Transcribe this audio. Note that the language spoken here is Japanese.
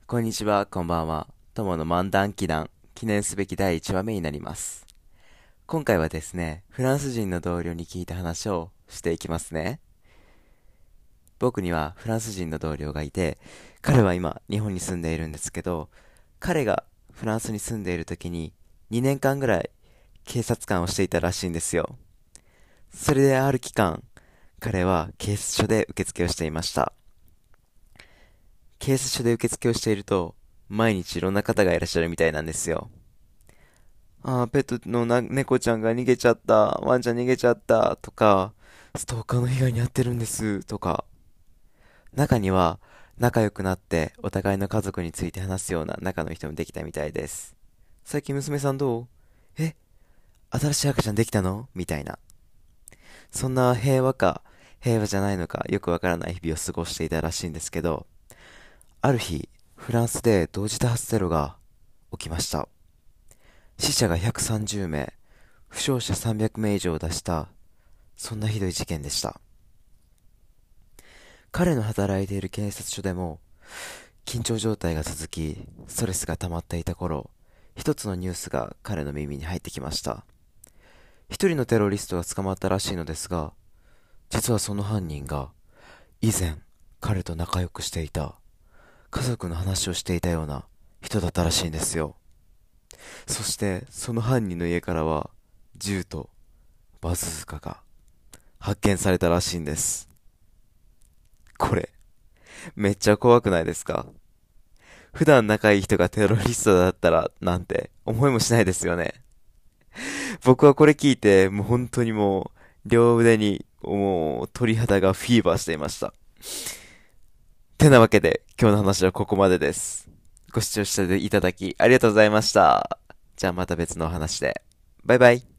こんにちは、こんばんは。友の漫談祈談、記念すべき第1話目になります。今回はですね、フランス人の同僚に聞いた話をしていきますね。僕にはフランス人の同僚がいて、彼は今日本に住んでいるんですけど、彼がフランスに住んでいる時に2年間ぐらい警察官をしていたらしいんですよ。それである期間、彼は警察署で受付をしていました。警察署で受付をしていると、毎日いろんな方がいらっしゃるみたいなんですよ。ペットの猫ちゃんが逃げちゃった、ワンちゃん逃げちゃった、とか、ストーカーの被害に遭ってるんです、とか、中には、仲良くなってお互いの家族について話すような仲の人もできたみたいです。最近娘さんどう？え、新しい赤ちゃんできたのみたいな。そんな平和か、平和じゃないのかよくわからない日々を過ごしていたらしいんですけど、ある日、フランスで同時多発テロが起きました。死者が130名、負傷者300名以上を出した、そんなひどい事件でした。彼の働いている警察署でも、緊張状態が続き、ストレスが溜まっていた頃、一つのニュースが彼の耳に入ってきました。一人のテロリストが捕まったらしいのですが、実はその犯人が、以前、彼と仲良くしていた、家族の話をしていたような人だったらしいんですよ。そして、その犯人の家からは、銃とバズーカが発見されたらしいんです。これ、めっちゃ怖くないですか？普段仲いい人がテロリストだったら、なんて思いもしないですよね。僕はこれ聞いて、もう本当にもう、両腕に、もう鳥肌がフィーバーしていました。てなわけで、今日の話はここまでです。ご視聴していただきありがとうございました。じゃあまた別のお話で。バイバイ。